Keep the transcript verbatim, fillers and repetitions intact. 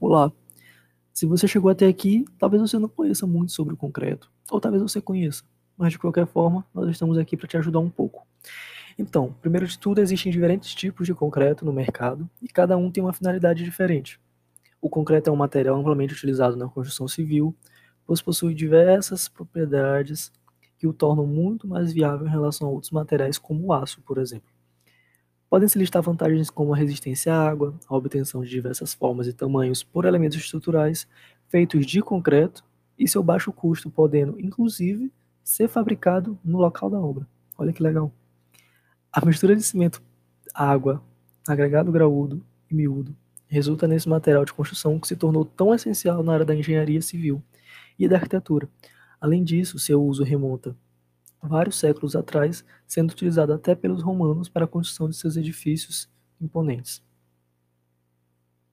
Olá, se você chegou até aqui, talvez você não conheça muito sobre o concreto, ou talvez você conheça, mas de qualquer forma, nós estamos aqui para te ajudar um pouco. Então, primeiro de tudo, existem diferentes tipos de concreto no mercado e cada um tem uma finalidade diferente. O concreto é um material amplamente utilizado na construção civil, pois possui diversas propriedades que o tornam muito mais viável em relação a outros materiais, como o aço, por exemplo. Podem-se listar vantagens como a resistência à água, a obtenção de diversas formas e tamanhos por elementos estruturais feitos de concreto e seu baixo custo, podendo, inclusive, ser fabricado no local da obra. Olha que legal. A mistura de cimento, água, agregado graúdo e miúdo resulta nesse material de construção que se tornou tão essencial na área da engenharia civil e da arquitetura. Além disso, seu uso remonta vários séculos atrás, sendo utilizado até pelos romanos para a construção de seus edifícios imponentes.